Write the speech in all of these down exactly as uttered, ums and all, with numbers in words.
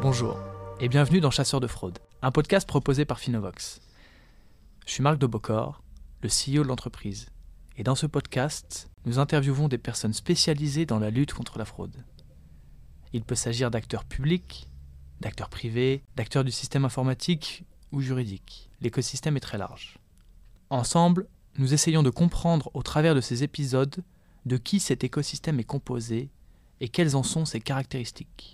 Bonjour et bienvenue dans Chasseurs de fraude, un podcast proposé par Finovox. Je suis Marc Debocor, le C E O de l'entreprise, et dans ce podcast, nous interviewons des personnes spécialisées dans la lutte contre la fraude. Il peut s'agir d'acteurs publics, d'acteurs privés, d'acteurs du système informatique ou juridique. L'écosystème est très large. Ensemble, nous essayons de comprendre au travers de ces épisodes de qui cet écosystème est composé et quelles en sont ses caractéristiques.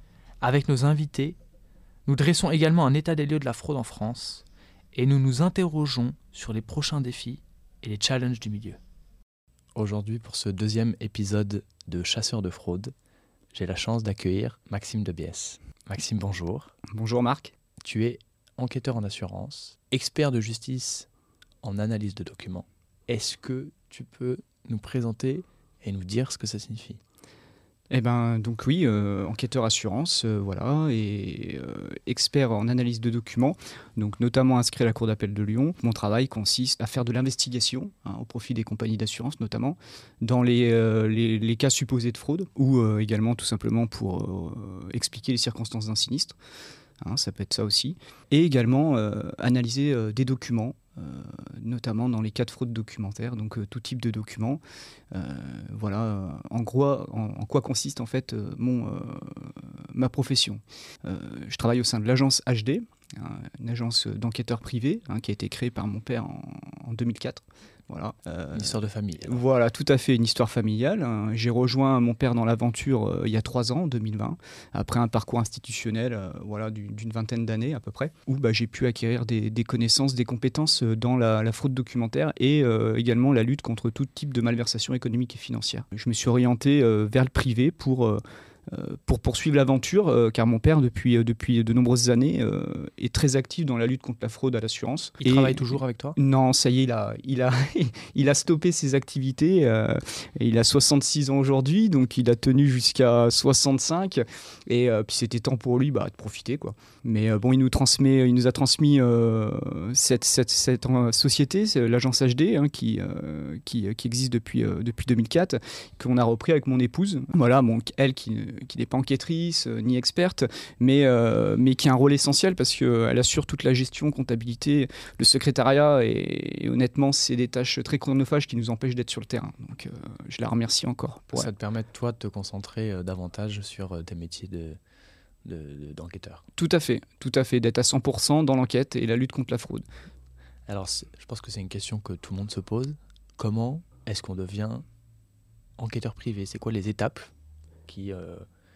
Avec nos invités, nous dressons également un état des lieux de la fraude en France et nous nous interrogeons sur les prochains défis et les challenges du milieu. Aujourd'hui, pour ce deuxième épisode de Chasseurs de fraude, j'ai la chance d'accueillir Maxime de B S. Maxime, bonjour. Bonjour Marc. Tu es enquêteur en assurance, expert de justice en analyse de documents. Est-ce que tu peux nous présenter et nous dire ce que ça signifie ? Eh ben donc oui, euh, enquêteur assurance, euh, voilà, et euh, expert en analyse de documents, donc notamment inscrit à la Cour d'appel de Lyon. Mon travail consiste à faire de l'investigation, hein, au profit des compagnies d'assurance notamment, dans les, euh, les, les cas supposés de fraude, ou euh, également tout simplement pour euh, expliquer les circonstances d'un sinistre, hein, ça peut être ça aussi, et également euh, analyser euh, des documents, Euh, notamment dans les cas de fraude documentaire, donc euh, tout type de documents. Euh, voilà, euh, en, gros, en, en quoi consiste en fait euh, mon, euh, ma profession. Euh, je travaille au sein de l'agence H D, hein, une agence d'enquêteurs privés, hein, qui a été créée par mon père en, en deux mille quatre. Voilà. Euh, Une histoire de famille. Alors. Voilà, tout à fait, une histoire familiale. Hein. J'ai rejoint mon père dans l'aventure euh, il y a trois ans, en deux mille vingt, après un parcours institutionnel euh, voilà, d'une, d'une vingtaine d'années à peu près, où bah, j'ai pu acquérir des, des connaissances, des compétences dans la, la fraude documentaire et euh, également la lutte contre tout type de malversation économique et financière. Je me suis orienté euh, vers le privé pour... Euh, Euh, pour poursuivre l'aventure, euh, car mon père, depuis, euh, depuis de nombreuses années, euh, est très actif dans la lutte contre la fraude à l'assurance. Il et travaille toujours avec toi ? Non, ça y est, il a, il a, il a stoppé ses activités. Euh, et il a soixante-six ans aujourd'hui, donc il a tenu jusqu'à soixante-cinq. Et euh, puis c'était temps pour lui bah, de profiter, quoi. Mais euh, bon, il nous, transmet, il nous a transmis euh, cette, cette, cette société, c'est l'agence H D, hein, qui, euh, qui, qui existe depuis, euh, depuis deux mille quatre, qu'on a repris avec mon épouse. Voilà, bon, elle qui... qui n'est pas enquêtrice euh, ni experte, mais, euh, mais qui a un rôle essentiel parce qu'elle assure toute la gestion, comptabilité, le secrétariat, et, et honnêtement, c'est des tâches très chronophages qui nous empêchent d'être sur le terrain. Donc, euh, je la remercie encore. Pour Ça elle. te permet, toi, de te concentrer euh, davantage sur euh, tes métiers de, de, de, d'enquêteur. Tout à fait, tout à fait, d'être à cent pour cent dans l'enquête et la lutte contre la fraude. Alors, je pense que c'est une question que tout le monde se pose. Comment est-ce qu'on devient enquêteur privé ? C'est quoi les étapes qui... Euh,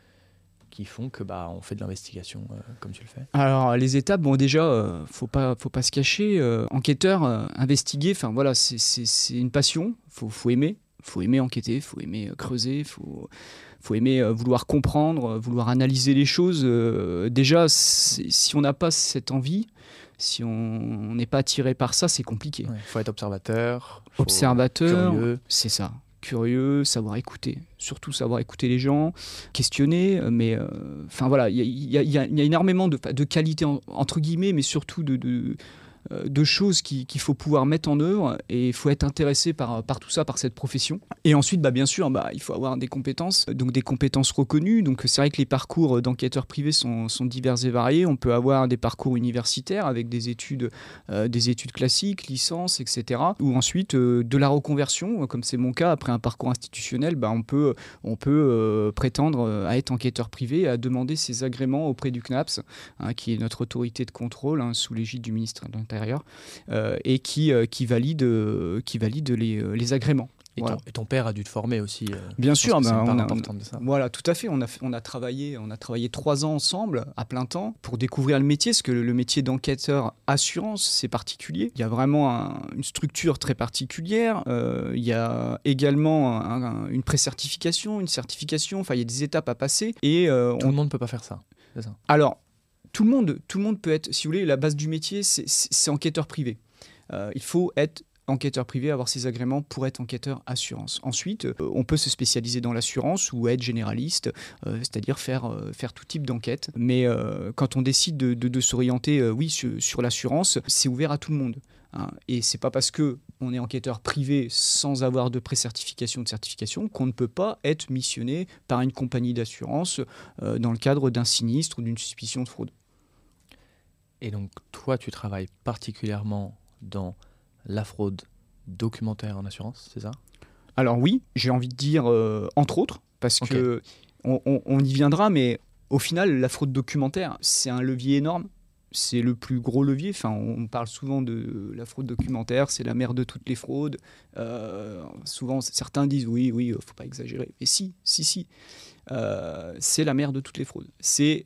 qui font que bah on fait de l'investigation euh, comme tu le fais? Alors les étapes, bon déjà, euh, faut pas faut pas se cacher. Euh, enquêteur, euh, investiguer, enfin voilà, c'est, c'est c'est une passion. Faut faut aimer, faut aimer enquêter, faut aimer euh, creuser, faut faut aimer euh, vouloir comprendre, euh, vouloir analyser les choses. Euh, déjà, si on n'a pas cette envie, si on n'est pas attiré par ça, c'est compliqué. Il ouais, faut être observateur. Faut observateur, curieux. C'est ça. Curieux, savoir écouter, surtout savoir écouter les gens, questionner, mais enfin euh, voilà, il y, y, y, y a énormément de, de qualités en, entre guillemets, mais surtout de, de, de choses qui, qu'il faut pouvoir mettre en œuvre, et il faut être intéressé par, par tout ça, par cette profession. Et ensuite, bah, bien sûr, bah, il faut avoir des compétences, donc des compétences reconnues. Donc c'est vrai que les parcours d'enquêteurs privés sont, sont divers et variés. On peut avoir des parcours universitaires avec des études, euh, des études classiques, licences, et cetera. Ou ensuite euh, de la reconversion, comme c'est mon cas, après un parcours institutionnel, bah, on peut, on peut euh, prétendre à être enquêteur privé, à demander ses agréments auprès du C N A P S, hein, qui est notre autorité de contrôle, hein, sous l'égide du ministère de l'Intérieur, euh, et qui, euh, qui valide, euh, qui valide les, euh, les agréments. Et, voilà. ton, et ton père a dû te former aussi. Euh, Bien sûr, ben, c'est une part on a, importante de ça. Voilà, tout à fait. On a, on a travaillé, on a travaillé trois ans ensemble à plein temps pour découvrir le métier, parce que le, le métier d'enquêteur assurance, c'est particulier. Il y a vraiment un, une structure très particulière. Euh, il y a également un, un, une pré-certification, une certification. Enfin, il y a des étapes à passer. Et euh, tout on... le monde ne peut pas faire ça. C'est ça. Alors, tout le monde, tout le monde peut être. Si vous voulez, la base du métier, c'est, c'est, c'est enquêteur privé. Euh, il faut être enquêteur privé, avoir ses agréments pour être enquêteur assurance. Ensuite, euh, on peut se spécialiser dans l'assurance ou être généraliste, euh, c'est-à-dire faire, euh, faire tout type d'enquête. Mais euh, quand on décide de, de, de s'orienter, euh, oui, sur, sur l'assurance, c'est ouvert à tout le monde. Hein. Et c'est pas parce que on est enquêteur privé sans avoir de pré-certification, de certification, qu'on ne peut pas être missionné par une compagnie d'assurance euh, dans le cadre d'un sinistre ou d'une suspicion de fraude. Et donc, toi, tu travailles particulièrement dans la fraude documentaire en assurance, c'est ça ? Alors oui, j'ai envie de dire euh, entre autres, parce Okay. que on, on, on y viendra, mais au final, la fraude documentaire, c'est un levier énorme. C'est le plus gros levier. Enfin, on parle souvent de la fraude documentaire, c'est la mère de toutes les fraudes. Euh, souvent, certains disent oui, oui, faut pas exagérer. Mais si, si, si, euh, c'est la mère de toutes les fraudes. C'est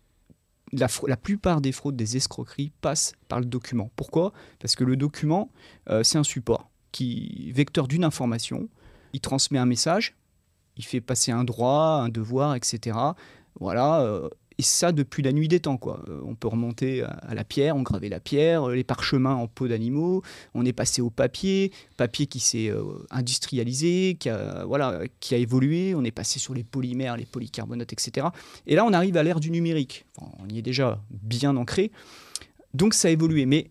la, la plupart des fraudes, des escroqueries passent par le document. Pourquoi ? Parce que le document, euh, c'est un support qui vecteur d'une information. Il transmet un message, il fait passer un droit, un devoir, et cetera. Voilà. Euh, Et ça, depuis la nuit des temps, quoi. Euh, on peut remonter à, à la pierre, on gravait la pierre, les parchemins en peau d'animaux, on est passé au papier, papier qui s'est euh, industrialisé, qui a, voilà, qui a évolué, on est passé sur les polymères, les polycarbonates, et cetera. Et là, on arrive à l'ère du numérique. Enfin, on y est déjà bien ancré. Donc, ça a évolué, mais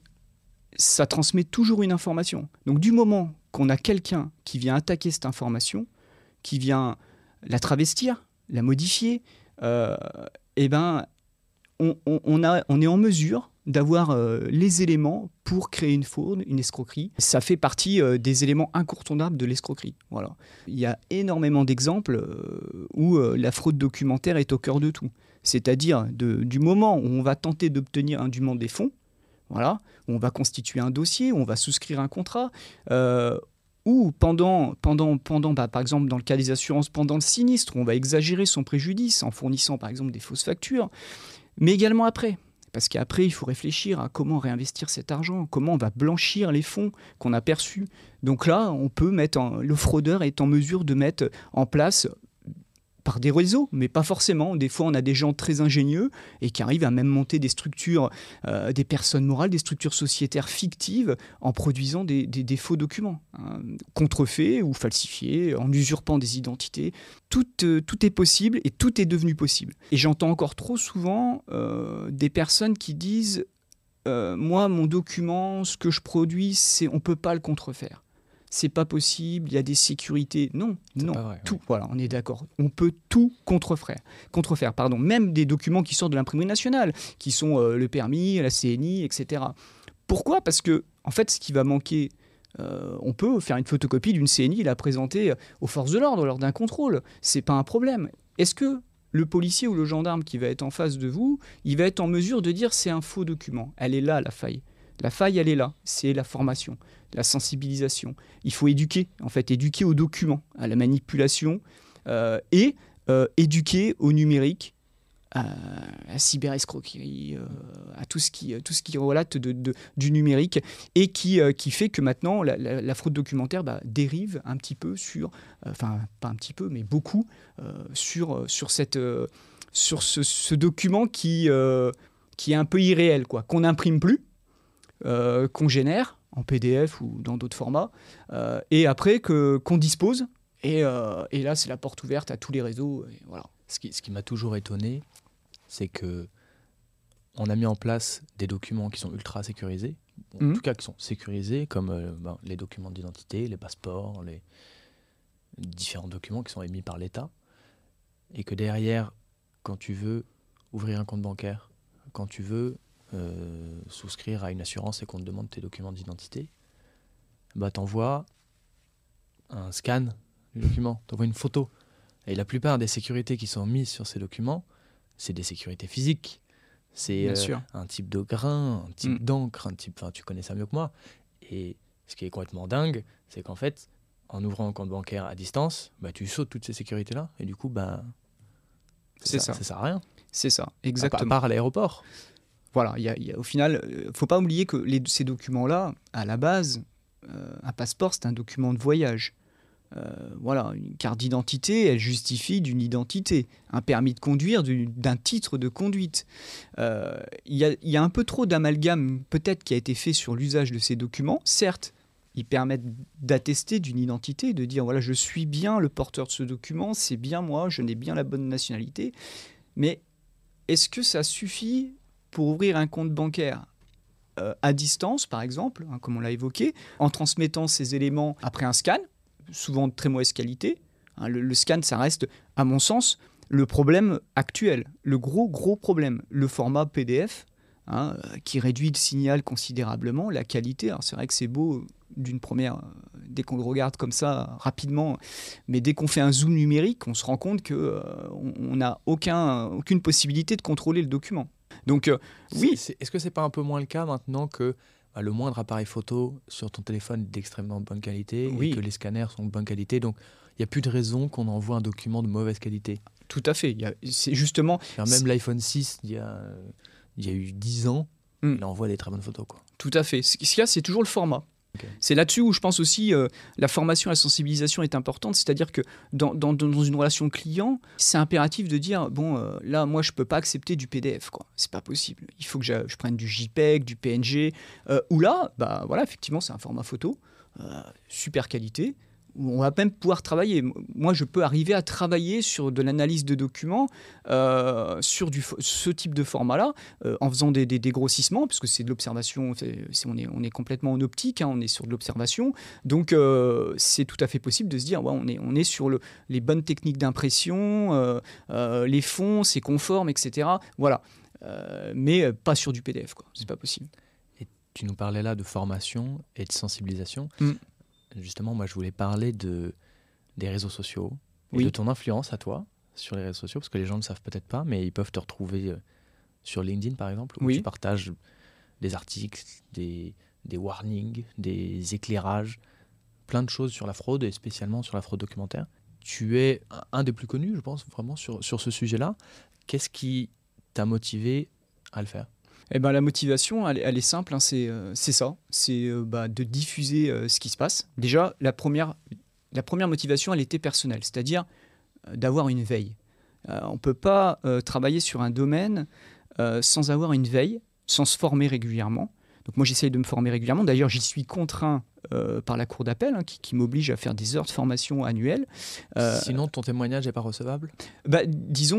ça transmet toujours une information. Donc, du moment qu'on a quelqu'un qui vient attaquer cette information, qui vient la travestir, la modifier, euh, eh ben, on, on, on, a, on est en mesure d'avoir euh, les éléments pour créer une fraude, une escroquerie. Ça fait partie euh, des éléments incontournables de l'escroquerie. Voilà. Il y a énormément d'exemples euh, où euh, la fraude documentaire est au cœur de tout. C'est-à-dire de, du moment où on va tenter d'obtenir indûment des fonds, voilà, où on va constituer un dossier, où on va souscrire un contrat, euh, ou pendant, pendant, pendant bah, par exemple, dans le cas des assurances, pendant le sinistre, on va exagérer son préjudice en fournissant, par exemple, des fausses factures, mais également après. Parce qu'après, il faut réfléchir à comment réinvestir cet argent, comment on va blanchir les fonds qu'on a perçus. Donc là, on peut mettre en, le fraudeur est en mesure de mettre en place par des réseaux, mais pas forcément. Des fois, on a des gens très ingénieux et qui arrivent à même monter des structures, euh, des personnes morales, des structures sociétaires fictives en produisant des, des, des faux documents, hein, contrefaits ou falsifiés, en usurpant des identités. Tout, euh, tout est possible et tout est devenu possible. Et j'entends encore trop souvent euh, des personnes qui disent euh, « Moi, mon document, ce que je produis, c'est, on ne peut pas le contrefaire. » C'est pas possible, il y a des sécurités. Non, c'est non, pas vrai, tout. Ouais. Voilà, on est d'accord. On peut tout contrefaire. Contrefaire, pardon. Même des documents qui sortent de l'imprimerie nationale, qui sont euh, le permis, la C N I, et cetera. Pourquoi ? Parce que, en fait, ce qui va manquer, euh, on peut faire une photocopie d'une C N I et la présenter aux forces de l'ordre lors d'un contrôle. C'est pas un problème. Est-ce que le policier ou le gendarme qui va être en face de vous, il va être en mesure de dire c'est un faux document ? Elle est là, la faille. La faille, elle est là. C'est la formation, la sensibilisation. Il faut éduquer, en fait, éduquer aux documents, à la manipulation euh, et euh, éduquer au numérique, à la cyberescroquerie, euh, à tout ce qui, tout ce qui relate de, de, du numérique et qui, euh, qui fait que maintenant, la, la, la fraude documentaire bah, dérive un petit peu sur, enfin, euh, pas un petit peu, mais beaucoup, euh, sur, sur, cette, euh, sur ce, ce document qui, euh, qui est un peu irréel, quoi, qu'on n'imprime plus. Euh, qu'on génère en P D F ou dans d'autres formats, euh, et après que, qu'on dispose, et, euh, et là c'est la porte ouverte à tous les réseaux. Et voilà. Ce qui, ce qui m'a toujours étonné, c'est que on a mis en place des documents qui sont ultra sécurisés, en Mmh. tout cas qui sont sécurisés, comme euh, ben, les documents d'identité, les passeports, les différents documents qui sont émis par l'État, et que derrière, quand tu veux ouvrir un compte bancaire, quand tu veux Euh, souscrire à une assurance et qu'on te demande tes documents d'identité, bah t'envoies un scan du document, t'envoies une photo. Et la plupart des sécurités qui sont mises sur ces documents, c'est des sécurités physiques. C'est euh, un type de grain, un type mm. d'encre, un type. Enfin, tu connais ça mieux que moi. Et ce qui est complètement dingue, c'est qu'en fait, en ouvrant un compte bancaire à distance, bah tu sautes toutes ces sécurités-là, et du coup, bah c'est ça, ça. ça sert à rien. C'est ça, exactement. À part à l'aéroport. Voilà, y a, y a, au final, il ne faut pas oublier que les, ces documents-là, à la base, euh, un passeport, c'est un document de voyage. Euh, voilà, une carte d'identité, elle justifie d'une identité. Un permis de conduire, du, d'un titre de conduite. Il euh, y, y a un peu trop d'amalgame, peut-être, qui a été fait sur l'usage de ces documents. Certes, ils permettent d'attester d'une identité, de dire, voilà, je suis bien le porteur de ce document, c'est bien moi, je n'ai bien la bonne nationalité. Mais est-ce que ça suffit pour ouvrir un compte bancaire ? euh, à distance, par exemple, hein, comme on l'a évoqué, en transmettant ces éléments après un scan, souvent de très mauvaise qualité. Hein, le, le scan, ça reste, à mon sens, le problème actuel, le gros, gros problème. Le format P D F, hein, qui réduit le signal considérablement, la qualité. Alors c'est vrai que c'est beau d'une première, dès qu'on le regarde comme ça rapidement, mais dès qu'on fait un zoom numérique, on se rend compte qu'on euh, n'a aucun, aucune possibilité de contrôler le document. Donc euh, oui. C'est, c'est, est-ce que c'est pas un peu moins le cas maintenant que bah, le moindre appareil photo sur ton téléphone est d'extrêmement bonne qualité, oui. et que les scanners sont de bonne qualité, donc il n'y a plus de raison qu'on envoie un document de mauvaise qualité. Tout à fait. Il y a, c'est justement. Même c'est... l'iPhone six, il y a, il y a eu dix ans, mm. il envoie des très bonnes photos, quoi. Tout à fait. Ce qu'il y a, c'est toujours le format. Okay. C'est là-dessus où je pense aussi euh, la formation, la sensibilisation est importante, c'est-à-dire que dans, dans, dans une relation client, c'est impératif de dire bon euh, là moi je peux pas accepter du P D F, quoi, c'est pas possible, il faut que je, je prenne du JPEG, du P N G, euh, ou là bah voilà effectivement c'est un format photo, euh, super qualité, où on va même pouvoir travailler. Moi, je peux arriver à travailler sur de l'analyse de documents euh, sur du, ce type de format-là, euh, en faisant des, des dégrossissements, puisque c'est de l'observation, c'est, c'est, on, est, on est complètement en optique, hein, on est sur de l'observation. Donc, euh, c'est tout à fait possible de se dire, ouais, on, est, on est sur le, les bonnes techniques d'impression, euh, euh, les fonds, c'est conforme, et cetera. Voilà. Euh, mais pas sur du P D F, quoi. C'est pas possible. Et tu nous parlais là de formation et de sensibilisation. Mm. Justement, moi, je voulais parler de, des réseaux sociaux et oui. de ton influence à toi sur les réseaux sociaux, parce que les gens ne savent peut-être pas, mais ils peuvent te retrouver euh, sur LinkedIn, par exemple, où oui. tu partages des articles, des, des warnings, des éclairages, plein de choses sur la fraude, et spécialement sur la fraude documentaire. Tu es un des plus connus, je pense, vraiment, sur, sur ce sujet-là. Qu'est-ce qui t'a motivé à le faire ? Eh ben, la motivation, elle, elle est simple, hein, c'est, euh, c'est ça, c'est euh, bah, de diffuser euh, ce qui se passe. Déjà, la première, la première motivation, elle était personnelle, c'est-à-dire euh, d'avoir une veille. Euh, on ne peut pas euh, travailler sur un domaine euh, sans avoir une veille, sans se former régulièrement. Donc moi, j'essaye de me former régulièrement. D'ailleurs, j'y suis contraint euh, par la Cour d'appel, hein, qui, qui m'oblige à faire des heures de formation annuelles. Euh, Sinon, ton témoignage n'est pas recevable ? bah, Disons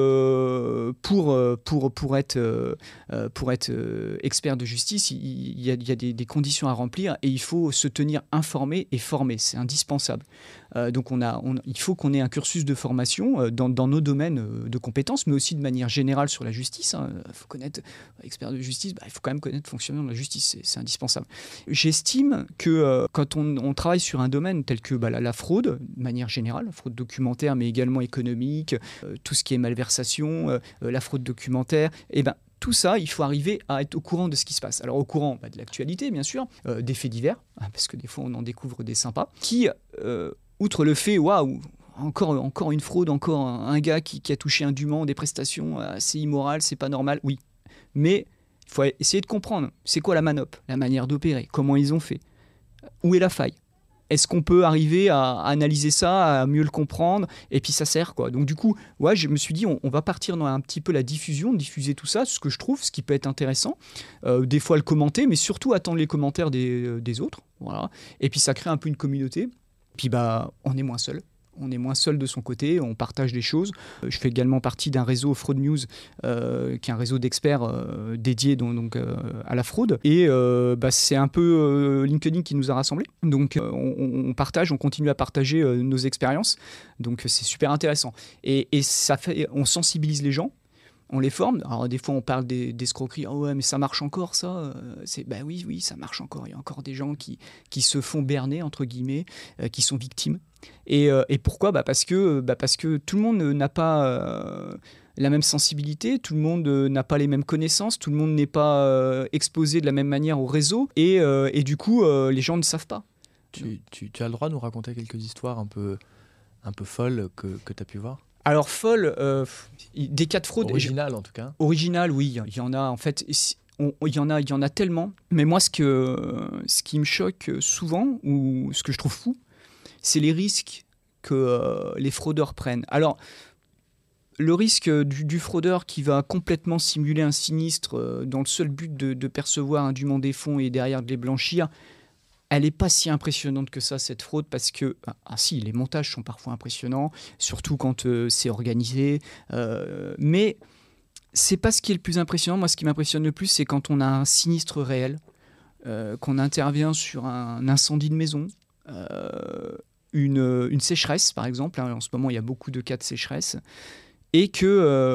que pour, pour, pour être, euh, pour être expert de justice, il, il y a, il y a des, des conditions à remplir et il faut se tenir informé et formé. C'est indispensable. Euh, donc on a, on, il faut qu'on ait un cursus de formation euh, dans, dans nos domaines de compétences, mais aussi de manière générale sur la justice. Il hein. faut connaître, expert de justice, bah, il faut quand même connaître le fonctionnement de la justice, c'est, c'est indispensable. J'estime que euh, quand on, on travaille sur un domaine tel que bah, la, la fraude, de manière générale, fraude documentaire, mais également économique, euh, tout ce qui est malversation, euh, euh, la fraude documentaire, et ben tout ça, il faut arriver à être au courant de ce qui se passe. Alors au courant bah, de l'actualité, bien sûr, euh, des faits divers, hein, parce que des fois on en découvre des sympas, qui, euh, outre le fait, waouh, encore, encore une fraude, encore un, un gars qui, qui a touché indûment des prestations, euh, c'est immoral, c'est pas normal, oui. Mais il faut essayer de comprendre, c'est quoi la manop, la manière d'opérer, comment ils ont fait, où est la faille. Est-ce qu'on peut arriver à, à analyser ça, à mieux le comprendre ? Et puis ça sert, quoi. Donc du coup, ouais, je me suis dit, on, on va partir dans un petit peu la diffusion, diffuser tout ça, ce que je trouve, ce qui peut être intéressant. Euh, des fois le commenter, mais surtout attendre les commentaires des, des autres. Voilà. Et puis ça crée un peu une communauté. Puis bah, on est moins seul. On est moins seul de son côté, on partage des choses. Je fais également partie d'un réseau Fraud News, euh, qui est un réseau d'experts euh, dédié donc, donc, euh, à la fraude. Et euh, bah, c'est un peu euh, LinkedIn qui nous a rassemblés. Donc euh, on, on partage, on continue à partager euh, nos expériences. Donc c'est super intéressant. Et, et ça fait, on sensibilise les gens. On les forme. Alors, des fois, on parle des, d'escroqueries. Ah ouais, mais ça marche encore, ça c'est, bah oui, oui, ça marche encore. Il y a encore des gens qui, qui se font berner, entre guillemets, euh, qui sont victimes. Et, euh, et pourquoi bah parce, que, bah parce que tout le monde n'a pas euh, la même sensibilité, tout le monde euh, n'a pas les mêmes connaissances, tout le monde n'est pas euh, exposé de la même manière au réseau. Et, euh, et du coup, euh, les gens ne savent pas. Tu, tu, tu as le droit de nous raconter quelques histoires un peu, un peu folles que, que tu as pu voir ? Alors, folle, euh, des cas de fraude. Original, en tout cas. Original, oui. Il y en a, en fait, on, il y en a, il y en a tellement. Mais moi, ce, que, ce qui me choque souvent, ou ce que je trouve fou, c'est les risques que euh, les fraudeurs prennent. Alors, le risque du, du fraudeur qui va complètement simuler un sinistre euh, dans le seul but de, de percevoir indûment des fonds et derrière de les blanchir, elle n'est pas si impressionnante que ça, cette fraude, parce que, ah si, les montages sont parfois impressionnants, surtout quand euh, c'est organisé, euh, mais c'est pas ce qui est le plus impressionnant. Moi, ce qui m'impressionne le plus, c'est quand on a un sinistre réel, euh, qu'on intervient sur un incendie de maison, euh, une, une sécheresse, par exemple. Hein. En ce moment, il y a beaucoup de cas de sécheresse. Et que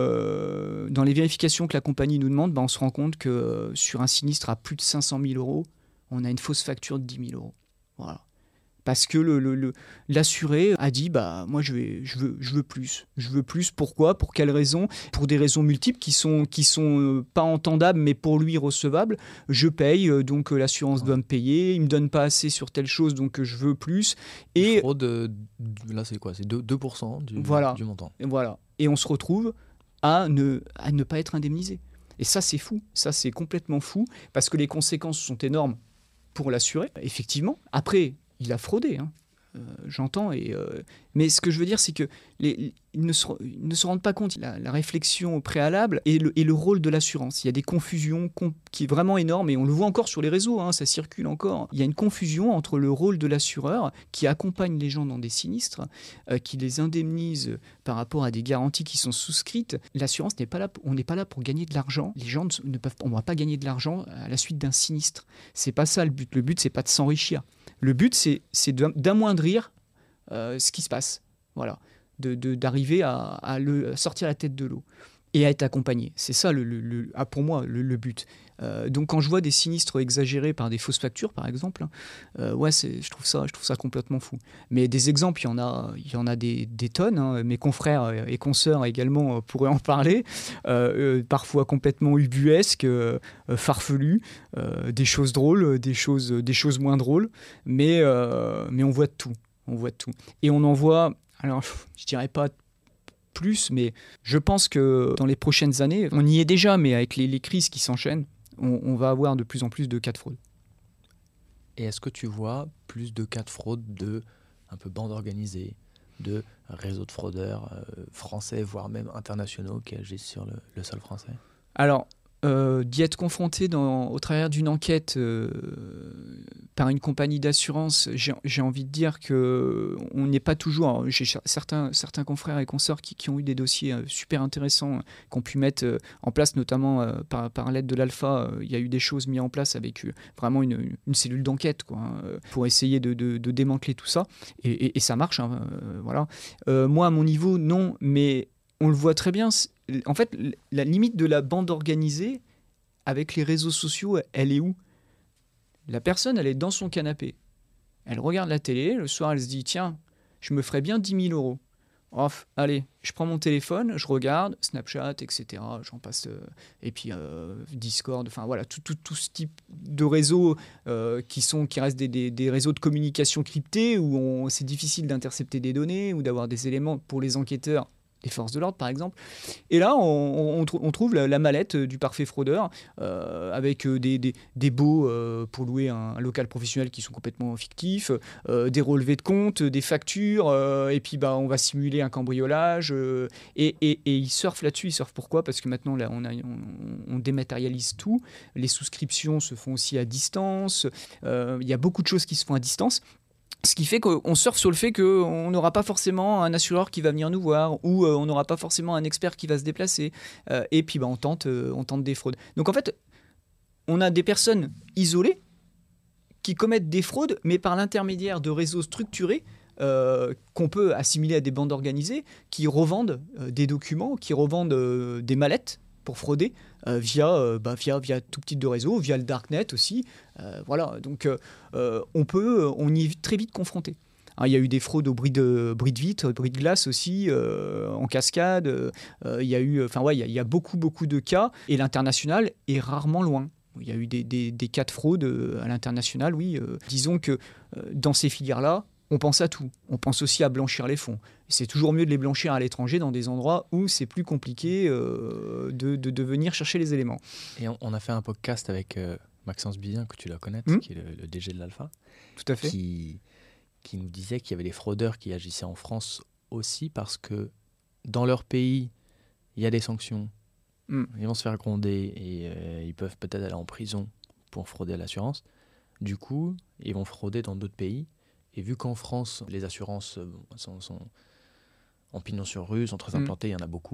euh, dans les vérifications que la compagnie nous demande, bah, on se rend compte que euh, sur un sinistre à plus de cinq cent mille euros, on a une fausse facture de dix mille euros. Voilà. Parce que le, le, le, l'assuré a dit bah, moi je, vais, je, veux, je veux plus. Je veux plus. Pourquoi ? Pour quelles raisons ? Pour des raisons multiples qui sont, qui sont euh, pas entendables, mais pour lui recevables. Je paye, euh, donc euh, l'assurance ouais. doit me payer. Il me donne pas assez sur telle chose, donc euh, je veux plus. Et fraude, euh, là c'est quoi ? C'est deux pour cent du, voilà. du montant. Et voilà. Et on se retrouve à ne, à ne pas être indemnisé. Et ça, c'est fou. Ça, c'est complètement fou parce que les conséquences sont énormes pour l'assuré, effectivement. Après, il a fraudé, hein. euh, j'entends. Et, euh, mais ce que je veux dire, c'est qu'ils ne, se, ils ne se rendent pas compte. La, la réflexion préalable et le, et le rôle de l'assurance. Il y a des confusions com- qui est vraiment énorme et on le voit encore sur les réseaux, hein, ça circule encore. Il y a une confusion entre le rôle de l'assureur qui accompagne les gens dans des sinistres, euh, qui les indemnise par rapport à des garanties qui sont souscrites. L'assurance n'est pas là, on n'est pas là pour gagner de l'argent. Les gens ne, ne peuvent, on ne va pas gagner de l'argent à la suite d'un sinistre. C'est pas ça le but. Le but, c'est pas de s'enrichir. Le but, c'est, c'est d'amoindrir euh, ce qui se passe. Voilà. De, de, d'arriver à, à, le, à sortir la tête de l'eau et à être accompagné. C'est ça, le, le, le, ah, pour moi, le, le but. Euh, donc, quand je vois des sinistres exagérés par des fausses factures, par exemple, euh, ouais, c'est, je, trouve ça, je trouve ça complètement fou. Mais des exemples, il y en a, il y en a des, des tonnes. Hein. Mes confrères et consoeurs également pourraient en parler. Euh, euh, parfois complètement ubuesques, euh, farfelus, euh, des choses drôles, des choses, des choses moins drôles. Mais, euh, mais on voit de tout. On voit de tout. Et on en voit, alors je dirais pas plus, mais je pense que dans les prochaines années, on y est déjà, mais avec les, les crises qui s'enchaînent, on, on va avoir de plus en plus de cas de fraude. Et est-ce que tu vois plus de cas de fraude de un peu bandes organisées, de réseaux de fraudeurs euh, français, voire même internationaux qui agissent sur le, le sol français ? Alors, euh, d'y être confronté dans, au travers d'une enquête euh, par une compagnie d'assurance, j'ai, j'ai envie de dire qu'on n'est pas toujours... Alors, j'ai certains, certains confrères et consoeurs qui, qui ont eu des dossiers euh, super intéressants, euh, qu'on pu mettre euh, en place, notamment euh, par, par l'aide de l'Alpha. Il euh, y a eu des choses mises en place avec euh, vraiment une, une cellule d'enquête, quoi, hein, pour essayer de, de, de démanteler tout ça. Et, et, et ça marche, hein, euh, voilà. Euh, moi, à mon niveau, non, mais on le voit très bien. En fait, la limite de la bande organisée avec les réseaux sociaux, elle est où ? La personne, elle est dans son canapé. Elle regarde la télé. Le soir, elle se dit, tiens, je me ferais bien dix mille euros. Off, allez, je prends mon téléphone, je regarde, Snapchat, et cetera. J'en passe. Euh, et puis euh, Discord, enfin voilà, tout, tout, tout ce type de réseaux euh, qui, sont, qui restent des, des, des réseaux de communication cryptés où on, c'est difficile d'intercepter des données ou d'avoir des éléments pour les enquêteurs. Les forces de l'ordre, par exemple. Et là, on, on, on trouve la, la mallette du parfait fraudeur euh, avec des, des, des baux euh, pour louer un, un local professionnel qui sont complètement fictifs, euh, des relevés de compte, des factures, euh, et puis bah, on va simuler un cambriolage. Euh, et, et, et ils surfent là-dessus. Ils surfent pourquoi ? Parce que maintenant, là, on, a, on, on dématérialise tout. Les souscriptions se font aussi à distance. Euh, il y a beaucoup de choses qui se font à distance. Ce qui fait qu'on surfe sur le fait qu'on n'aura pas forcément un assureur qui va venir nous voir ou euh, on n'aura pas forcément un expert qui va se déplacer. Euh, et puis bah, on, tente, euh, on tente des fraudes. Donc en fait, on a des personnes isolées qui commettent des fraudes, mais par l'intermédiaire de réseaux structurés euh, qu'on peut assimiler à des bandes organisées qui revendent euh, des documents, qui revendent euh, des mallettes pour frauder euh, via, euh, bah, via, via tout type de réseau, via le darknet aussi. Euh, voilà, donc euh, on peut, on y est très vite confronté. Hein, il y a eu des fraudes au bris de, bris de vitre, bris de glace aussi, euh, en cascade. Euh, il y a eu, enfin ouais, il y a, il y a beaucoup, beaucoup de cas. Et l'international est rarement loin. Il y a eu des, des, des cas de fraude à l'international, oui. Euh, disons que euh, dans ces filières-là, on pense à tout. On pense aussi à blanchir les fonds. C'est toujours mieux de les blanchir à l'étranger dans des endroits où c'est plus compliqué euh, de, de, de venir chercher les éléments. Et on, on a fait un podcast avec euh, Maxence Bizien, que tu dois connaître, mmh. qui est le, le D G de l'Alpha. Tout à fait. Qui, qui nous disait qu'il y avait des fraudeurs qui agissaient en France aussi parce que dans leur pays, il y a des sanctions. Mmh. Ils vont se faire gronder et euh, ils peuvent peut-être aller en prison pour frauder à l'assurance. Du coup, ils vont frauder dans d'autres pays. Et vu qu'en France, les assurances sont, sont en pignon sur rue, sont très implantées, il mmh. y en a beaucoup,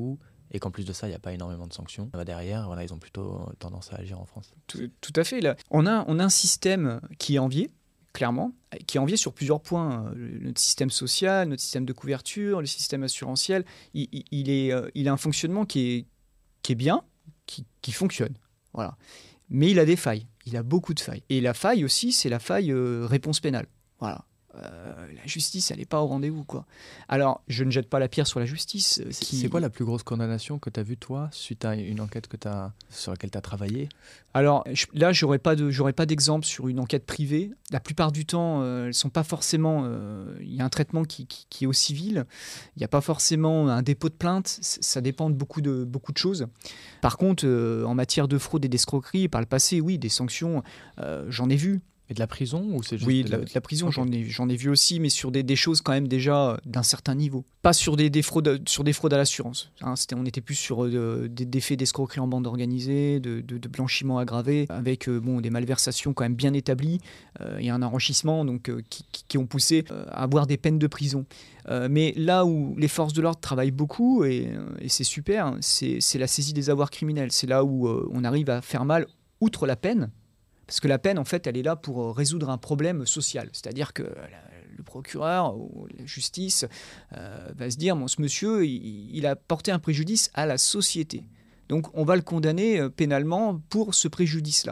et qu'en plus de ça, il n'y a pas énormément de sanctions. Derrière, voilà, ils ont plutôt tendance à agir en France. Tout, tout à fait. Là. On, a, on a un système qui est envié, clairement, qui est envié sur plusieurs points. Notre système social, notre système de couverture, le système assurantiel, il, il, il, est, il a un fonctionnement qui est, qui est bien, qui, qui fonctionne. Voilà. Mais il a des failles. Il a beaucoup de failles. Et la faille aussi, c'est la faille euh, réponse pénale. Voilà. Euh, la justice, elle n'est pas au rendez-vous, quoi. Alors, je ne jette pas la pierre sur la justice. C'est, qui... c'est quoi la plus grosse condamnation que tu as vue, toi, suite à une enquête que t'as, sur laquelle tu as travaillé ? Alors, je, là, je n'aurais pas, de, j'aurais pas d'exemple sur une enquête privée. La plupart du temps, euh, elles sont pas forcément... Il euh, y a un traitement qui, qui, qui est au civil. Il n'y a pas forcément un dépôt de plainte. Ça dépend de beaucoup de, beaucoup de choses. Par contre, euh, en matière de fraude et d'escroquerie, par le passé, oui, des sanctions, euh, j'en ai vu. Et de la prison ou c'est juste Oui, de la, de la prison, okay. j'en, ai, j'en ai vu aussi, mais sur des, des choses quand même déjà d'un certain niveau. Pas sur des, des, fraudes, sur des fraudes à l'assurance. Hein, c'était, on était plus sur euh, des, des faits d'escroquerie en bande organisée, de, de, de blanchiment aggravé, avec euh, bon, des malversations quand même bien établies euh, et un enrichissement donc, euh, qui, qui, qui ont poussé euh, à avoir des peines de prison. Euh, mais là où les forces de l'ordre travaillent beaucoup, et, et c'est super, c'est, c'est la saisie des avoirs criminels. C'est là où euh, on arrive à faire mal, outre la peine. Parce que la peine, en fait, elle est là pour résoudre un problème social. C'est-à-dire que le procureur ou la justice euh, va se dire, bon, ce monsieur, il, il a porté un préjudice à la société. Donc, on va le condamner pénalement pour ce préjudice-là.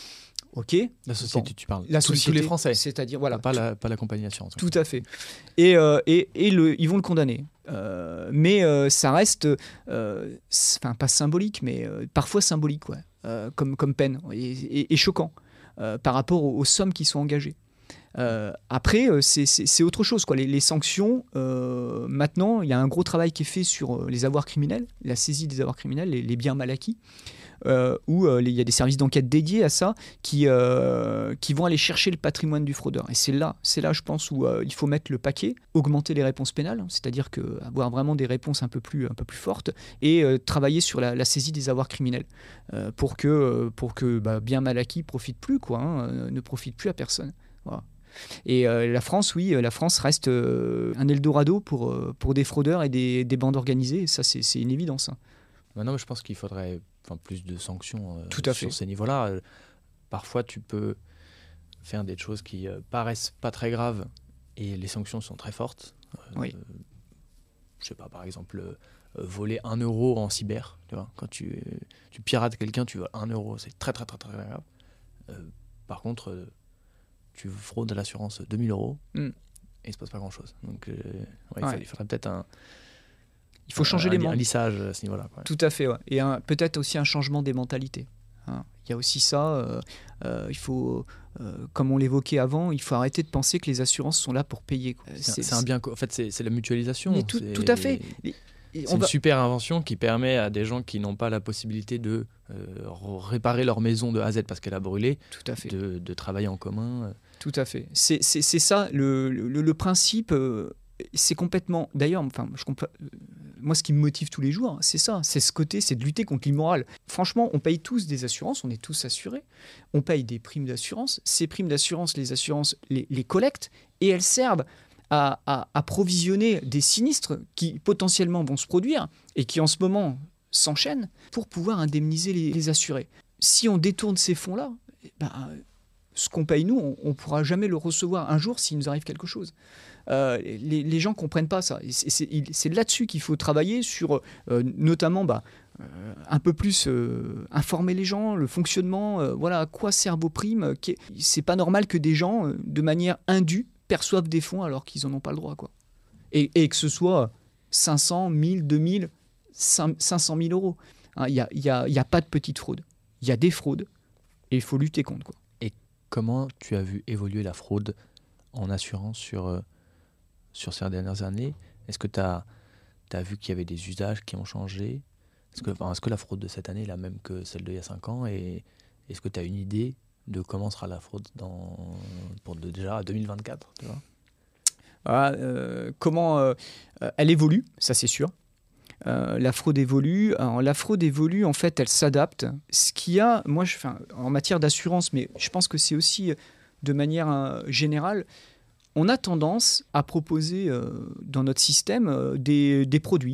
OK. La société, bon, tu parles. La tous, société, tous les Français. C'est-à-dire, voilà. Pas la, pas la compagnie d'assurance. Tout à fait. Et, euh, et, et le, ils vont le condamner. Euh, mais euh, ça reste, euh, enfin, pas symbolique, mais euh, parfois symbolique, ouais. Euh, comme, comme peine et, et, et choquant euh, par rapport aux, aux sommes qui sont engagées. Euh, après, euh, c'est, c'est, c'est autre chose, quoi. Les, les sanctions, euh, maintenant, il y a un gros travail qui est fait sur les avoirs criminels, la saisie des avoirs criminels, les, les biens mal acquis, euh, où il euh, y a des services d'enquête dédiés à ça qui, euh, qui vont aller chercher le patrimoine du fraudeur. Et c'est là, c'est là je pense, où euh, il faut mettre le paquet, augmenter les réponses pénales, c'est-à-dire que, avoir vraiment des réponses un peu plus, un peu plus fortes, et euh, travailler sur la, la saisie des avoirs criminels, euh, pour que, pour que bah, bien mal acquis ne profite plus, quoi, hein, ne profite plus à personne. Voilà. Et euh, la France, oui, la France reste euh, un Eldorado pour, euh, pour des fraudeurs et des, des bandes organisées, et ça c'est, c'est une évidence. Hein. Maintenant, je pense qu'il faudrait enfin, plus de sanctions euh, Tout à sur fait. ces niveaux-là. Euh, parfois, tu peux faire des choses qui euh, paraissent pas très graves et les sanctions sont très fortes. Euh, oui. euh, je sais pas, par exemple, euh, voler un euro en cyber. Tu vois, quand tu, tu pirates quelqu'un, tu voles un euro, c'est très très très très grave. Euh, par contre, euh, tu fraudes à l'assurance deux mille euros mm. et il se passe pas grand-chose. Donc, euh, ouais, ouais. Il, il faudrait peut-être un Il faut changer un, les mentalités. Un lissage à ce niveau-là. Quoi. Tout à fait, ouais. Et un, peut-être aussi un changement des mentalités. Hein. Il y a aussi ça. Euh, euh, il faut, euh, comme on l'évoquait avant, il faut arrêter de penser que les assurances sont là pour payer. Quoi. C'est, c'est, c'est un bien. En fait, c'est, c'est la mutualisation. Mais tout, c'est, tout à fait. Et, et c'est une va... super invention qui permet à des gens qui n'ont pas la possibilité de euh, réparer leur maison de A à Z parce qu'elle a brûlé, tout à fait. De, de travailler en commun. Tout à fait. C'est, c'est, c'est ça le, le, le principe. Euh, c'est complètement. D'ailleurs, enfin, je comp... moi, ce qui me motive tous les jours, c'est ça. C'est ce côté, c'est de lutter contre l'immoral. Franchement, on paye tous des assurances, on est tous assurés. On paye des primes d'assurance. Ces primes d'assurance, les assurances les, les collectent et elles servent à, à, à provisionner des sinistres qui potentiellement vont se produire et qui en ce moment s'enchaînent pour pouvoir indemniser les, les assurés. Si on détourne ces fonds-là, ben, ce qu'on paye nous, on ne pourra jamais le recevoir un jour s'il nous arrive quelque chose. Euh, les, les gens ne comprennent pas ça. Et c'est, c'est, c'est là-dessus qu'il faut travailler, sur euh, notamment bah, euh, un peu plus euh, informer les gens, le fonctionnement, euh, voilà, à quoi servent vos primes. C'est pas normal que des gens, euh, de manière indue, perçoivent des fonds alors qu'ils n'en ont pas le droit. Quoi. Et, et que ce soit cinq cents, mille, deux mille, cinq cent mille euros. Il n'y a, y a, y a pas de petite fraude. Il y a des fraudes et il faut lutter contre. Quoi. Et comment tu as vu évoluer la fraude en assurance sur... Euh... sur ces dernières années? Est-ce que tu as vu qu'il y avait des usages qui ont changé? Est-ce que, enfin, est-ce que la fraude de cette année est la même que celle d'il y a cinq ans? Et est-ce que tu as une idée de comment sera la fraude dans, pour de, déjà deux mille vingt-quatre, tu vois? Ah, euh, comment euh, elle évolue, ça c'est sûr. Euh, la fraude évolue. Alors, la fraude évolue, en fait, elle s'adapte. Ce qu'il y a, moi, je, enfin, en matière d'assurance, mais je pense que c'est aussi de manière euh, générale, on a tendance à proposer euh, dans notre système euh, des, des produits,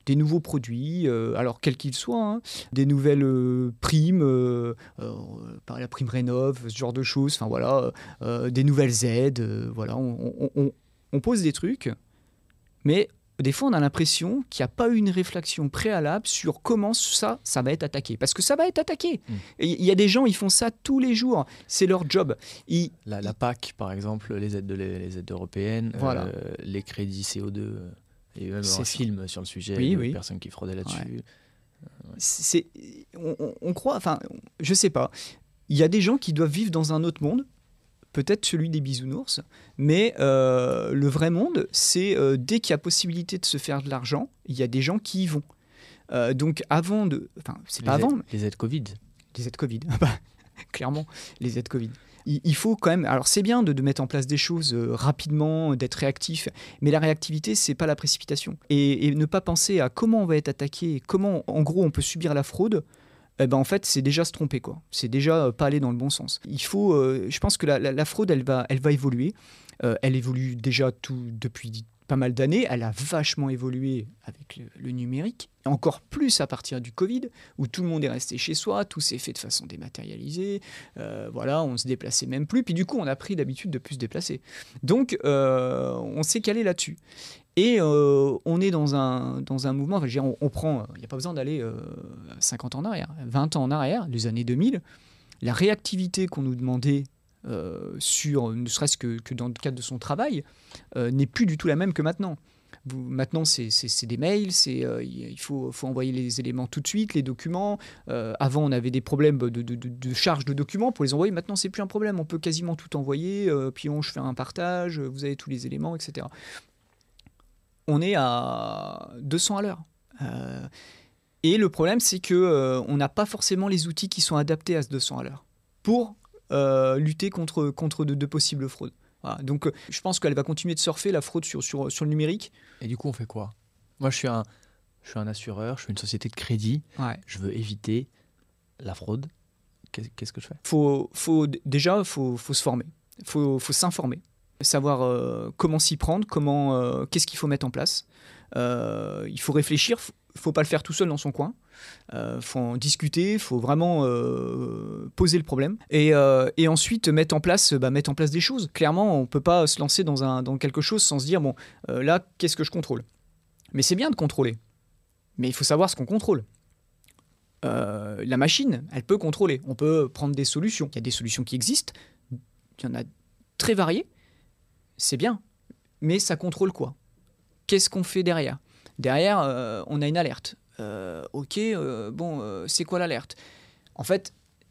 des nouveaux produits, euh, alors quels qu'ils soient, hein, des nouvelles euh, primes, euh, euh, par la prime Rénov, ce genre de choses, enfin voilà, euh, des nouvelles aides, euh, voilà, on, on, on, on pose des trucs, mais des fois on a l'impression qu'il n'y a pas eu une réflexion préalable sur comment ça, ça va être attaqué. Parce que ça va être attaqué. Mmh. Il y a des gens, ils font ça tous les jours. C'est leur job. Ils... La, la P A C, par exemple, les aides, de, les aides européennes, Voilà. euh, les crédits C O deux, il y a même C'est un ça. film sur le sujet, Oui, de oui. personnes qui fraudaient là-dessus. Ouais. C'est, on, on- on croit, enfin, je sais pas. Il y a des gens qui doivent vivre dans un autre monde, peut-être celui des bisounours, mais euh, le vrai monde, c'est euh, dès qu'il y a possibilité de se faire de l'argent, il y a des gens qui y vont. Euh, donc avant de, enfin, c'est Les pas aides- avant, mais Les aides Covid. les aides Covid, Ah bah, clairement, les aides Covid. Il, il faut quand même, alors c'est bien de, de mettre en place des choses euh, rapidement, d'être réactif, mais la réactivité, c'est pas la précipitation. Et, et ne pas penser à comment on va être attaqué, comment, en gros, on peut subir la fraude. Eh ben en fait, c'est déjà se tromper, quoi. C'est déjà euh, pas aller dans le bon sens. Il faut, euh, je pense que la, la- la fraude, elle va, elle va évoluer. Euh, elle évolue déjà tout depuis pas mal d'années. Elle a vachement évolué avec le, le numérique. Et encore plus à partir du Covid, où tout le monde est resté chez soi, tout s'est fait de façon dématérialisée. Euh, voilà, on se déplaçait même plus. Puis du coup, on a pris l'habitude de plus se déplacer. Donc, euh, on s'est calé là-dessus. Et euh, on est dans un, dans un mouvement, enfin, je veux dire, on, on prend, il n'y a pas besoin d'aller euh, cinquante ans en arrière, vingt ans en arrière, les années deux mille, la réactivité qu'on nous demandait euh, sur, ne serait-ce que, que dans le cadre de son travail, euh, n'est plus du tout la même que maintenant. Vous, maintenant, c'est, c'est, c'est des mails, c'est, euh, il faut, faut envoyer les éléments tout de suite, les documents. Euh, avant, on avait des problèmes de, de, de, de charge de documents pour les envoyer. Maintenant, c'est plus un problème. On peut quasiment tout envoyer. Euh, puis on, je fais un partage, vous avez tous les éléments, et cetera. On est à deux cents à l'heure. Euh, et le problème, c'est qu'on euh, n'a pas forcément les outils qui sont adaptés à ce deux cents à l'heure pour euh, lutter contre, contre de, de possibles fraudes. Voilà. Donc, euh, je pense qu'elle va continuer de surfer, la fraude sur, sur, sur le numérique. Et du coup, on fait quoi? Moi, je suis, un, je suis un assureur, je suis une société de crédit. Ouais. Je veux éviter la fraude. Qu'est- Qu'est-ce que je fais? Faut, faut, déjà, il faut, faut se former. Il faut, faut s'informer. Savoir euh, comment s'y prendre, comment, euh, qu'est-ce qu'il faut mettre en place. Euh, il faut réfléchir, il ne faut pas le faire tout seul dans son coin. Il euh, faut en discuter, il faut vraiment euh, poser le problème. Et, euh, et ensuite, mettre en, place, bah, mettre en place des choses. Clairement, on ne peut pas se lancer dans, un, dans quelque chose sans se dire, bon, euh, là, qu'est-ce que je contrôle? Mais c'est bien de contrôler. Mais il faut savoir ce qu'on contrôle. Euh, la machine, elle peut contrôler. On peut prendre des solutions. Il y a des solutions qui existent. Il y en a très variées. C'est bien, mais ça contrôle quoi? Qu'est-ce qu'on fait derrière? Derrière, euh, on a une alerte. Euh, ok, euh, bon, euh, c'est quoi l'alerte? En fait,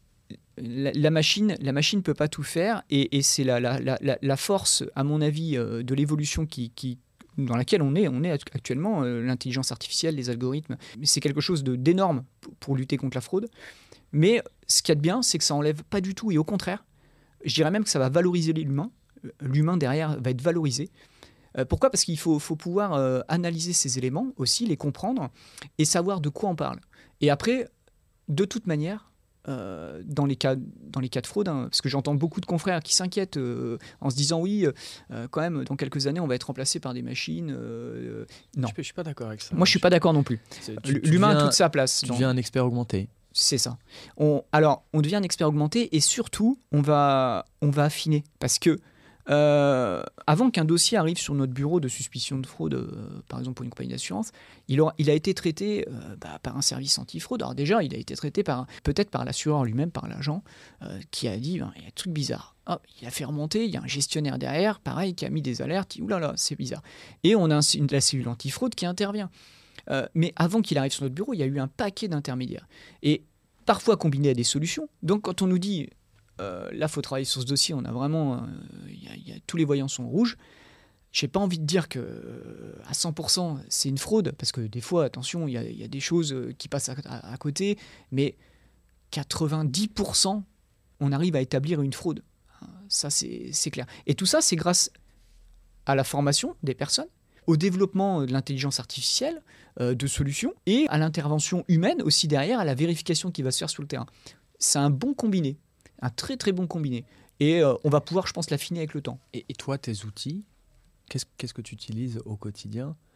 la, la machine la machine ne peut pas tout faire, et, et c'est la, la, la, la force, à mon avis, euh, de l'évolution qui, qui, dans laquelle on est, on est actuellement, euh, l'intelligence artificielle, les algorithmes. C'est quelque chose de, d'énorme pour, pour lutter contre la fraude. Mais ce qu'il y a de bien, c'est que ça n'enlève pas du tout, et au contraire, je dirais même que ça va valoriser l'humain. L'humain derrière va être valorisé. Euh, pourquoi? Parce qu'il faut, faut pouvoir euh, analyser ces éléments aussi, les comprendre et savoir de quoi on parle. Et après, de toute manière, euh, dans, les cas, dans les cas de fraude, hein, parce que j'entends beaucoup de confrères qui s'inquiètent euh, en se disant oui, euh, quand même, dans quelques années, on va être remplacé par des machines. Euh, non. Je ne suis pas d'accord avec ça. Moi, je ne suis pas d'accord non plus. C'est- tu- tu L'humain deviens- a toute sa place. Tu dans- deviens un expert augmenté. C'est ça. On, alors, on devient un expert augmenté, et surtout, on va, on va affiner. Parce que Euh, avant qu'un dossier arrive sur notre bureau de suspicion de fraude, euh, par exemple pour une compagnie d'assurance, il, aura, il a été traité euh, bah, par un service anti-fraude. Alors déjà, il a été traité par, peut-être par l'assureur lui-même, par l'agent, euh, qui a dit, ben, il y a un truc bizarre. Ah, il a fait remonter, il y a un gestionnaire derrière, pareil, qui a mis des alertes, il dit, oulala, c'est bizarre. Et on a un, une, la cellule anti-fraude qui intervient. Euh, mais avant qu'il arrive sur notre bureau, il y a eu un paquet d'intermédiaires. Et parfois combiné à des solutions. Donc quand on nous dit... Euh, là, il faut travailler sur ce dossier, on a vraiment, il euh, y, y a, tous les voyants sont rouges. J'ai pas envie de dire que euh, à cent pour cent c'est une fraude, parce que des fois, attention, il y, y a des choses qui passent à, à, à côté, mais quatre-vingt-dix pour cent on arrive à établir une fraude. Ça, c'est, c'est clair. Et tout ça, c'est grâce à la formation des personnes, au développement de l'intelligence artificielle, euh, de solutions, et à l'intervention humaine aussi derrière, à la vérification qui va se faire sur le terrain. C'est un bon combiné. Un très très bon combiné. Et euh, on va pouvoir, je pense, l'affiner avec le temps. Et, et toi, tes outils, qu'est-ce, qu'est-ce que tu utilises au quotidien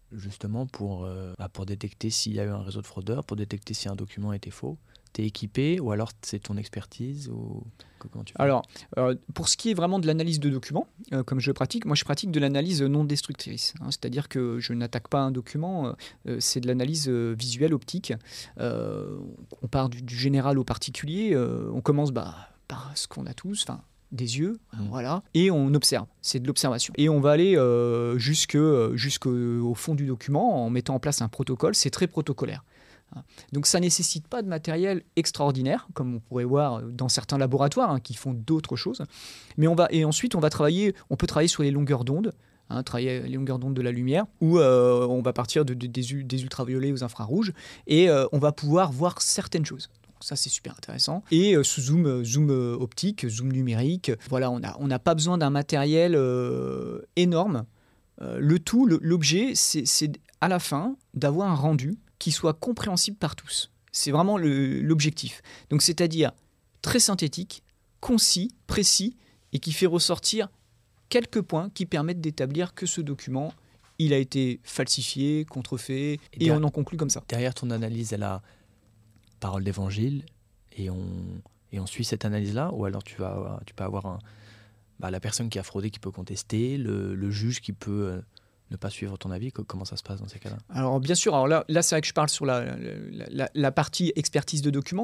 justement pour, euh, bah, pour détecter s'il y a eu un réseau de fraudeurs, pour détecter si un document était faux? T'es équipé ou alors c'est ton expertise ou... Comment tu fais? Alors, euh, pour ce qui est vraiment de l'analyse de documents, euh, comme je pratique, moi je pratique de l'analyse non destructrice. Hein, c'est-à-dire que je n'attaque pas un document, euh, c'est de l'analyse euh, visuelle, optique. Euh, on part du, du général au particulier, euh, on commence bah, par ce qu'on a tous, enfin des yeux, mmh. voilà, et on observe, c'est de l'observation. Et on va aller euh, jusque, jusqu'au fond du document en mettant en place un protocole, c'est très protocolaire. Donc ça ne nécessite pas de matériel extraordinaire, comme on pourrait voir dans certains laboratoires hein, qui font d'autres choses. Mais on va, et ensuite, on va travailler, on peut travailler sur les longueurs d'onde, hein, travailler les longueurs d'onde de la lumière, où euh, on va partir de, de, des, des ultraviolets aux infrarouges, et euh, on va pouvoir voir certaines choses. Donc ça, c'est super intéressant. Et euh, sous zoom, zoom optique, zoom numérique, voilà, on n'a on n'a pas besoin d'un matériel euh, énorme. Euh, le tout, le, l'objet, c'est, c'est à la fin d'avoir un rendu qui soit compréhensible par tous. C'est vraiment le, l'objectif. Donc, c'est-à-dire très synthétique, concis, précis, et qui fait ressortir quelques points qui permettent d'établir que ce document, il a été falsifié, contrefait, et, et derrière, on en conclut comme ça. Derrière ton analyse, elle a parole d'évangile, et on, et on suit cette analyse-là, ou alors tu, vas, tu peux avoir un, bah, la personne qui a fraudé qui peut contester, le, le juge qui peut... Euh, ne pas suivre ton avis, comment ça se passe dans ces cas-là? Alors bien sûr, alors là, là c'est vrai que je parle sur la, la, la, la partie expertise de documents.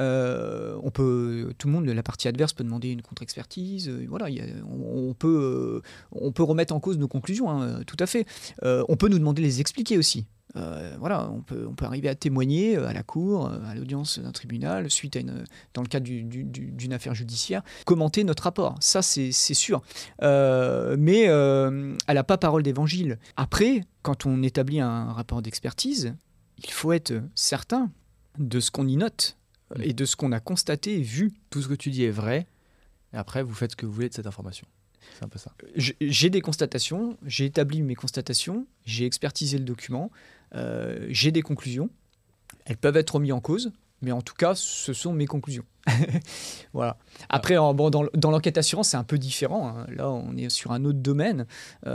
Euh, on peut, tout le monde, la partie adverse peut demander une contre-expertise. Euh, voilà, y a, on, on, peut, euh, on peut remettre en cause nos conclusions, hein, tout à fait. Euh, on peut nous demander de les expliquer aussi. Euh, voilà, on peut, on peut arriver à témoigner à la cour, à l'audience d'un tribunal, suite à une, dans le cadre du, du, du, d'une affaire judiciaire, commenter notre rapport. Ça, c'est, c'est sûr. Euh, mais euh, elle n'a pas parole d'évangile. Après, quand on établit un rapport d'expertise, il faut être certain de ce qu'on y note et de ce qu'on a constaté et vu. Tout ce que tu dis est vrai, et après, vous faites ce que vous voulez de cette information. C'est un peu ça. J'ai des constatations, j'ai établi mes constatations, j'ai expertisé le document, euh, j'ai des conclusions. Elles peuvent être remises en cause, mais en tout cas, ce sont mes conclusions. Voilà. Après, en, bon, dans, dans l'enquête assurance, c'est un peu différent. Hein. Là, on est sur un autre domaine,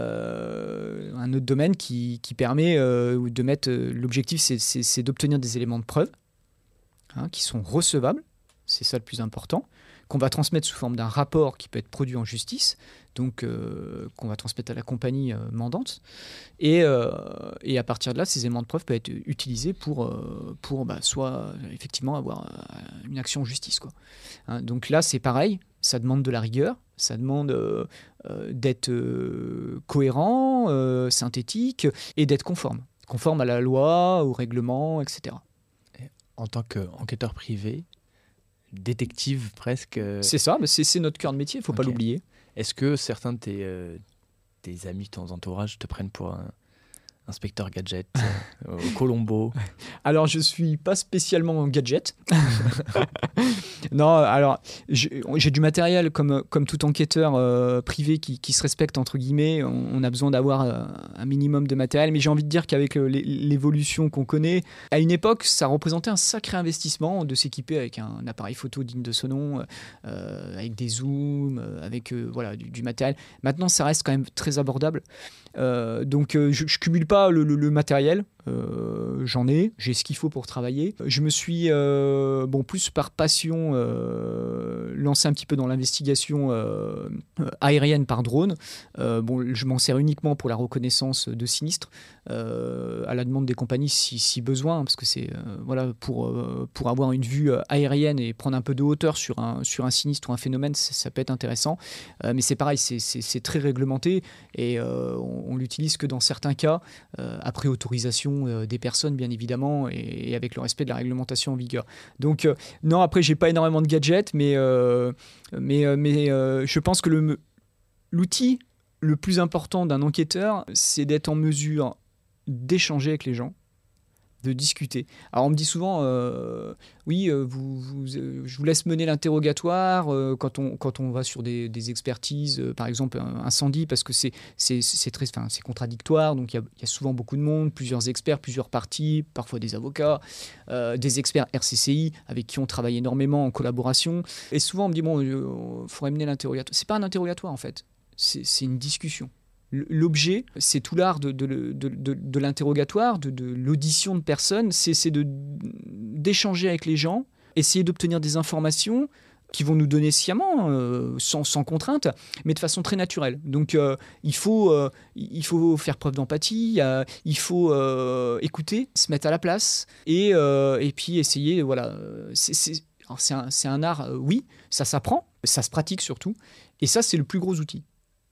euh, un autre domaine qui, qui permet euh, de mettre. Euh, l'objectif, c'est, c'est, c'est d'obtenir des éléments de preuve hein, qui sont recevables. C'est ça le plus important, qu'on va transmettre sous forme d'un rapport qui peut être produit en justice, donc euh, qu'on va transmettre à la compagnie euh, mandante. Et, euh, et à partir de là, ces éléments de preuve peuvent être utilisés pour, euh, pour bah, soit effectivement avoir euh, une action en justice, quoi. Hein, donc là, c'est pareil, ça demande de la rigueur, ça demande euh, euh, d'être euh, cohérent, euh, synthétique, et d'être conforme. Conforme à la loi, au règlement, et cetera. Et en tant qu'enquêteur privé, détective presque. Euh... C'est ça, mais c'est, c'est notre cœur de métier, il ne faut okay. pas l'oublier. Est-ce que certains de tes, euh, tes amis, ton entourage te prennent pour un inspecteur gadget euh, au Colombo? Alors, je ne suis pas spécialement gadget. Non, alors, j'ai, j'ai du matériel comme, comme tout enquêteur euh, privé qui, qui se respecte, entre guillemets. On, on a besoin d'avoir euh, un minimum de matériel. Mais j'ai envie de dire qu'avec euh, l'évolution qu'on connaît, à une époque, ça représentait un sacré investissement de s'équiper avec un, un appareil photo digne de ce nom, euh, avec des zooms, euh, avec euh, voilà, du, du matériel. Maintenant, ça reste quand même très abordable. Euh, donc, euh, je ne cumule pas le, le, le matériel. Euh, j'en ai, j'ai ce qu'il faut pour travailler. Je me suis, euh, bon, plus par passion, euh, lancé un petit peu dans l'investigation euh, aérienne par drone. Euh, bon, je m'en sers uniquement pour la reconnaissance de sinistres, euh, à la demande des compagnies si, si besoin, parce que c'est euh, voilà, pour, euh, pour avoir une vue aérienne et prendre un peu de hauteur sur un, sur un sinistre ou un phénomène, ça, ça peut être intéressant. Euh, mais c'est pareil, c'est, c'est, c'est très réglementé et euh, on, on l'utilise que dans certains cas, euh, après autorisation des personnes bien évidemment et, et avec le respect de la réglementation en vigueur. Donc euh, non, après j'ai pas énormément de gadgets, mais euh, mais euh, mais euh, je pense que le l'outil le plus important d'un enquêteur, c'est d'être en mesure d'échanger avec les gens, de discuter. Alors on me dit souvent, euh, oui, euh, vous, vous, euh, je vous laisse mener l'interrogatoire euh, quand, on, quand on va sur des, des expertises, euh, par exemple un incendie, parce que c'est, c'est, c'est, très, enfin, c'est contradictoire, donc il y, y a souvent beaucoup de monde, plusieurs experts, plusieurs parties, parfois des avocats, euh, des experts R C C I avec qui on travaille énormément en collaboration. Et souvent on me dit, bon, il euh, faudrait mener l'interrogatoire. C'est pas un interrogatoire en fait, c'est, c'est une discussion. L'objet, c'est tout l'art de, de, de, de, de l'interrogatoire, de, de l'audition de personnes, c'est, c'est de, d'échanger avec les gens, essayer d'obtenir des informations qui vont nous donner sciemment, euh, sans, sans contrainte, mais de façon très naturelle. Donc euh, il, faut, euh, il faut faire preuve d'empathie, euh, il faut euh, écouter, se mettre à la place, et, euh, et puis essayer, voilà, c'est, c'est, alors c'est, un, c'est un art, euh, oui, ça s'apprend, ça se pratique surtout, et ça c'est le plus gros outil.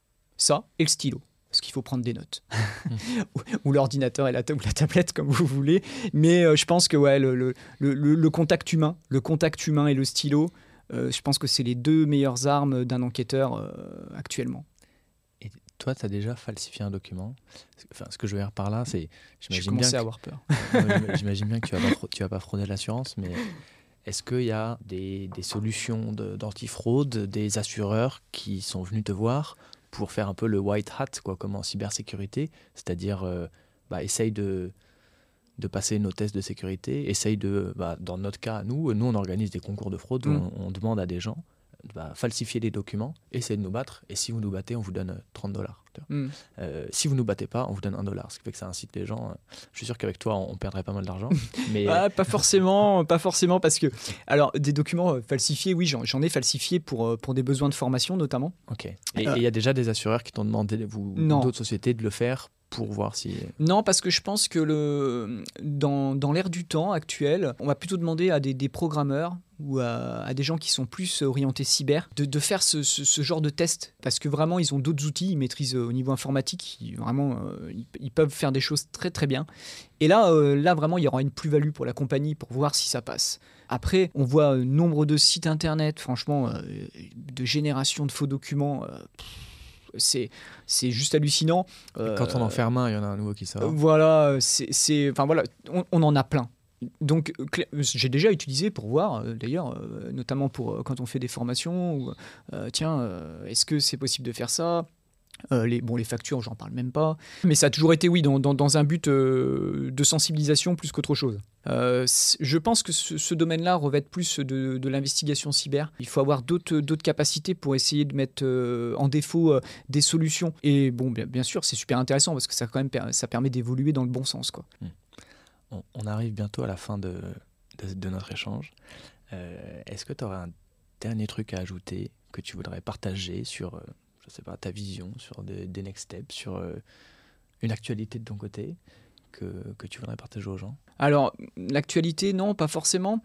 Ça et le stylo, parce qu'il faut prendre des notes. ou, ou l'ordinateur et la, ou la tablette, comme vous voulez. Mais euh, je pense que ouais, le, le, le, le contact humain, le contact humain et le stylo, euh, je pense que c'est les deux meilleures armes d'un enquêteur euh, actuellement. Et toi, tu as déjà falsifié un document. Enfin, ce que je veux dire par là, c'est... J'ai commencé bien à avoir peur. euh, j'imagine bien que tu ne vas pas frauder l'assurance, mais... Est-ce qu'il y a des, des solutions de, d'antifraude, des assureurs qui sont venus te voir pour faire un peu le white hat, quoi, comme en cybersécurité, c'est-à-dire euh, bah, essaye de, de passer nos tests de sécurité, essaye de, bah, dans notre cas, nous, nous on organise des concours de fraude, mmh. où on, on demande à des gens de bah, falsifier des documents, essayez de nous battre, et si vous nous battez, on vous donne trente dollars. Mmh. Euh, si vous nous battez pas, on vous donne un dollar, ce qui fait que ça incite les gens. Je suis sûr qu'avec toi, on perdrait pas mal d'argent. Mais... ah, pas forcément, pas forcément, parce que alors des documents falsifiés, oui, j'en, j'en ai falsifié pour pour des besoins de formation notamment. Ok. Et il euh... y a déjà des assureurs qui t'ont demandé, vous, non. d'autres sociétés, de le faire pour voir si... Non, parce que je pense que le, dans, dans l'ère du temps actuel, on va plutôt demander à des, des programmeurs ou à, à des gens qui sont plus orientés cyber de, de faire ce, ce, ce genre de test, parce que vraiment ils ont d'autres outils, ils maîtrisent au niveau informatique, ils, vraiment euh, ils, ils peuvent faire des choses très très bien. Et là, euh, là vraiment il y aura une plus-value pour la compagnie pour voir si ça passe. Après, on voit euh, nombre de sites internet, franchement, euh, de génération de faux documents. Euh, C'est, c'est juste hallucinant. Euh, Quand on en ferme un, il y en a un nouveau qui sort. Voilà, c'est, c'est, enfin voilà, on, on en a plein. Donc, j'ai déjà utilisé pour voir, euh, d'ailleurs, euh, notamment pour euh, quand on fait des formations, où, euh, tiens, euh, est-ce que c'est possible de faire ça ? Euh, les, bon, les factures, j'en parle même pas. Mais ça a toujours été, oui, dans, dans, dans un but euh, de sensibilisation plus qu'autre chose. Euh, je pense que ce, ce domaine-là revêt plus de, de l'investigation cyber. Il faut avoir d'autres, d'autres capacités pour essayer de mettre euh, en défaut euh, des solutions. Et bon, bien, bien sûr, c'est super intéressant parce que ça, quand même, ça permet d'évoluer dans le bon sens, quoi. Mmh. On, on arrive bientôt à la fin de, de, de notre échange. Euh, est-ce que tu aurais un dernier truc à ajouter que tu voudrais partager sur... Euh, je sais pas, ta vision sur des, des next steps, sur euh, une actualité de ton côté que, que tu voudrais partager aux gens ? Alors, l'actualité, non, pas forcément.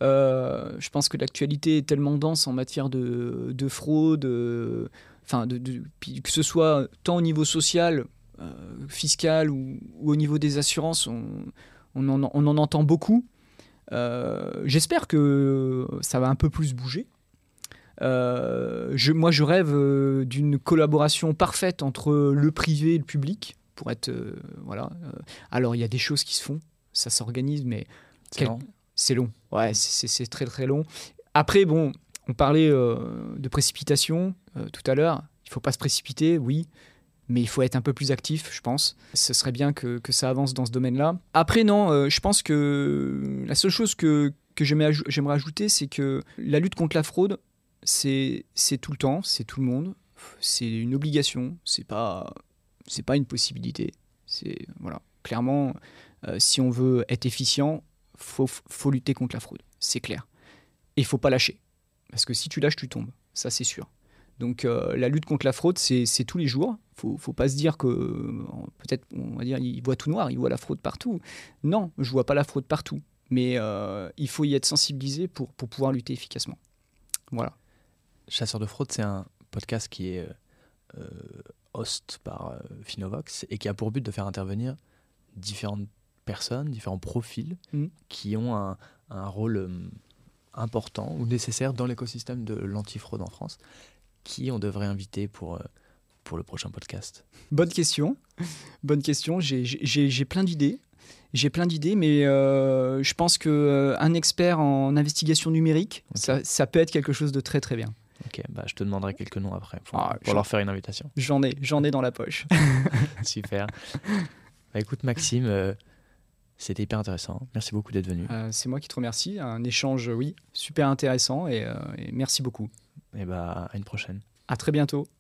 Euh, je pense que l'actualité est tellement dense en matière de, de fraude, euh, enfin, de, de, que ce soit tant au niveau social, euh, fiscal ou, ou au niveau des assurances, on, on, en, on en entend beaucoup. Euh, j'espère que ça va un peu plus bouger. Euh, je, moi, je rêve euh, d'une collaboration parfaite entre le privé et le public. Pour être, euh, voilà. Alors, il y a des choses qui se font, ça s'organise, mais c'est quel... long. C'est long. Ouais, c'est, c'est très très long. Après, bon, on parlait euh, de précipitation euh, tout à l'heure. Il faut pas se précipiter, oui, mais il faut être un peu plus actif, je pense. Ce serait bien que, que ça avance dans ce domaine-là. Après, non, euh, je pense que la seule chose que, que j'aimerais, aj- j'aimerais ajouter, c'est que la lutte contre la fraude, c'est, c'est tout le temps, c'est tout le monde. C'est une obligation, c'est pas, c'est pas une possibilité. C'est, voilà, clairement, euh, si on veut être efficient, il faut, faut lutter contre la fraude, c'est clair. Et il ne faut pas lâcher, parce que si tu lâches, tu tombes, ça c'est sûr. Donc euh, la lutte contre la fraude, c'est, c'est tous les jours. Il ne faut pas se dire que, euh, peut-être, on va dire, il voit tout noir, il voit la fraude partout. Non, je ne vois pas la fraude partout. Mais euh, il faut y être sensibilisé pour, pour pouvoir lutter efficacement. Voilà. Chasseurs de fraude, c'est un podcast qui est euh, host par euh, Finovox et qui a pour but de faire intervenir différentes personnes, différents profils mmh. qui ont un, un rôle euh, important ou nécessaire dans l'écosystème de l'antifraude en France, qui on devrait inviter pour, euh, pour le prochain podcast. Bonne question. Bonne question. J'ai, j'ai, j'ai plein d'idées. J'ai plein d'idées, mais euh, je pense qu'un euh, expert en investigation numérique, okay. ça, ça peut être quelque chose de très très bien. Ok, bah, je te demanderai quelques noms après pour, ah, pour leur faire une invitation. J'en ai, j'en ai dans la poche. Super. Bah, écoute Maxime, euh, c'était hyper intéressant. Merci beaucoup d'être venu. Euh, c'est moi qui te remercie. Un échange, oui, super intéressant et, euh, et merci beaucoup. Et bah, à une prochaine. À très bientôt.